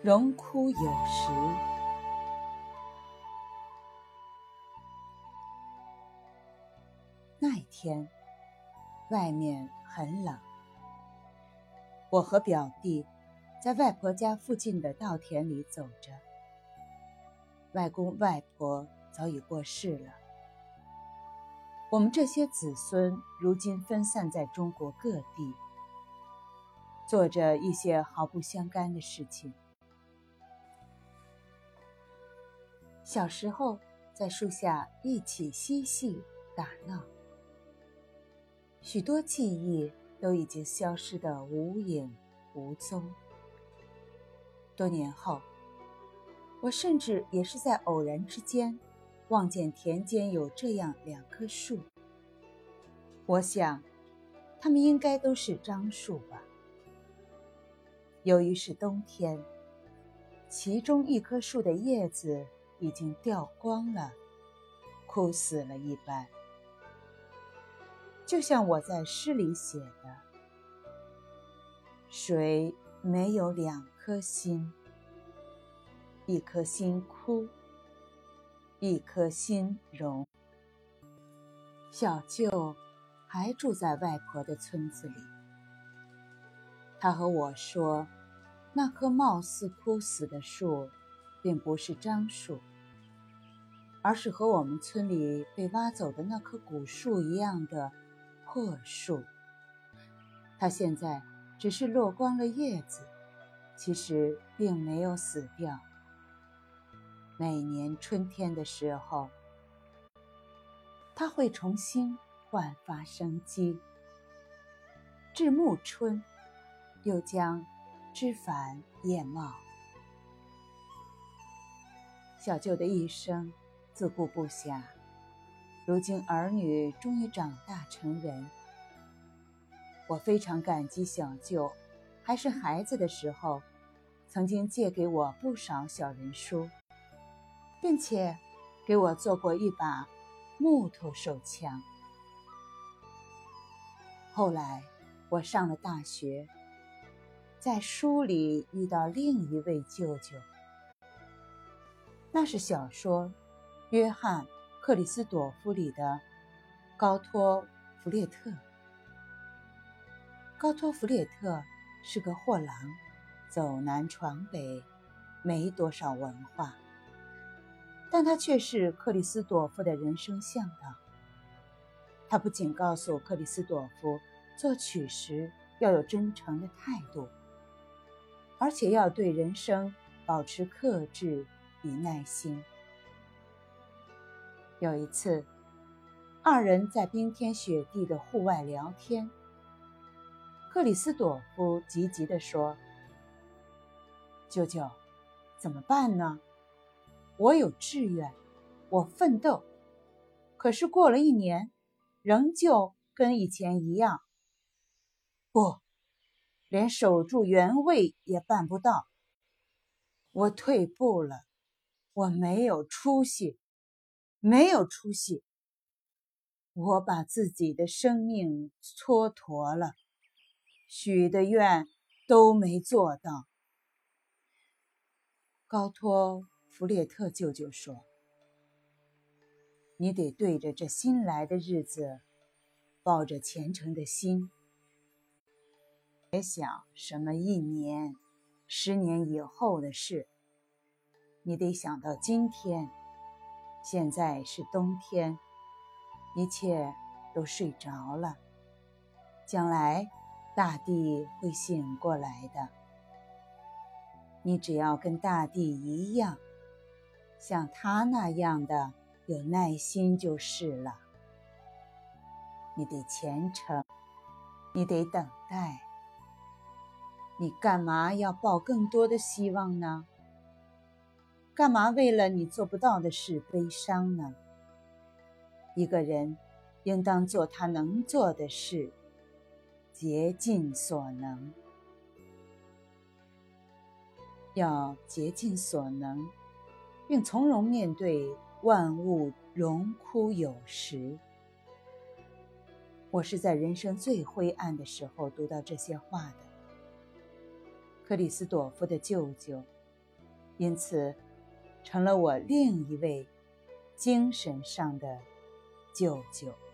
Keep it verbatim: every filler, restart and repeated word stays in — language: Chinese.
荣枯有时。那一天，外面很冷。我和表弟在外婆家附近的稻田里走着。外公外婆早已过世了，我们这些子孙如今分散在中国各地，做着一些毫不相干的事情。小时候在树下一起嬉戏打闹，许多记忆都已经消失得无影无踪。多年后，我甚至也是在偶然之间望见田间有这样两棵树，我想它们应该都是樟树吧。由于是冬天，其中一棵树的叶子已经掉光了，枯死了一般。就像我在诗里写的，谁没有两颗心，一颗心枯，一颗心荣。小舅还住在外婆的村子里，他和我说，那棵貌似枯死的树并不是樟树，而是和我们村里被挖走的那棵古树一样的破树。它现在只是落光了叶子，其实并没有死掉。每年春天的时候，它会重新焕发生机。至暮春，又将枝繁叶茂。小舅的一生自顾不暇，如今儿女终于长大成人。我非常感激小舅还是孩子的时候，曾经借给我不少小人书，并且给我做过一把木头手枪。后来我上了大学，在书里遇到另一位舅舅，那是小说《约翰·克里斯朵夫》里的高托·弗列特。高托·弗列特是个货郎，走南闯北，没多少文化，但他却是克里斯朵夫的人生向导。他不仅告诉克里斯朵夫作曲时要有真诚的态度，而且要对人生保持克制与耐心。有一次，二人在冰天雪地的户外聊天，克里斯朵夫急急地说：“舅舅，怎么办呢？我有志愿，我奋斗，可是过了一年，仍旧跟以前一样。不，连守住原位也办不到。我退步了，我没有出息，没有出息。我把自己的生命蹉跎了，许的愿都没做到。”高托·弗列特舅舅说：“你得对着这新来的日子，抱着虔诚的心，别想什么一年、十年以后的事，你得想到今天。现在是冬天，一切都睡着了，将来大地会醒过来的。你只要跟大地一样，像他那样的有耐心就是了。你得虔诚，你得等待。你干嘛要抱更多的希望呢？干嘛为了你做不到的事悲伤呢？一个人应当做他能做的事，竭尽所能。要竭尽所能，并从容面对万物荣枯有时。我是在人生最灰暗的时候读到这些话的。克里斯朵夫的舅舅因此成了我另一位精神上的舅舅。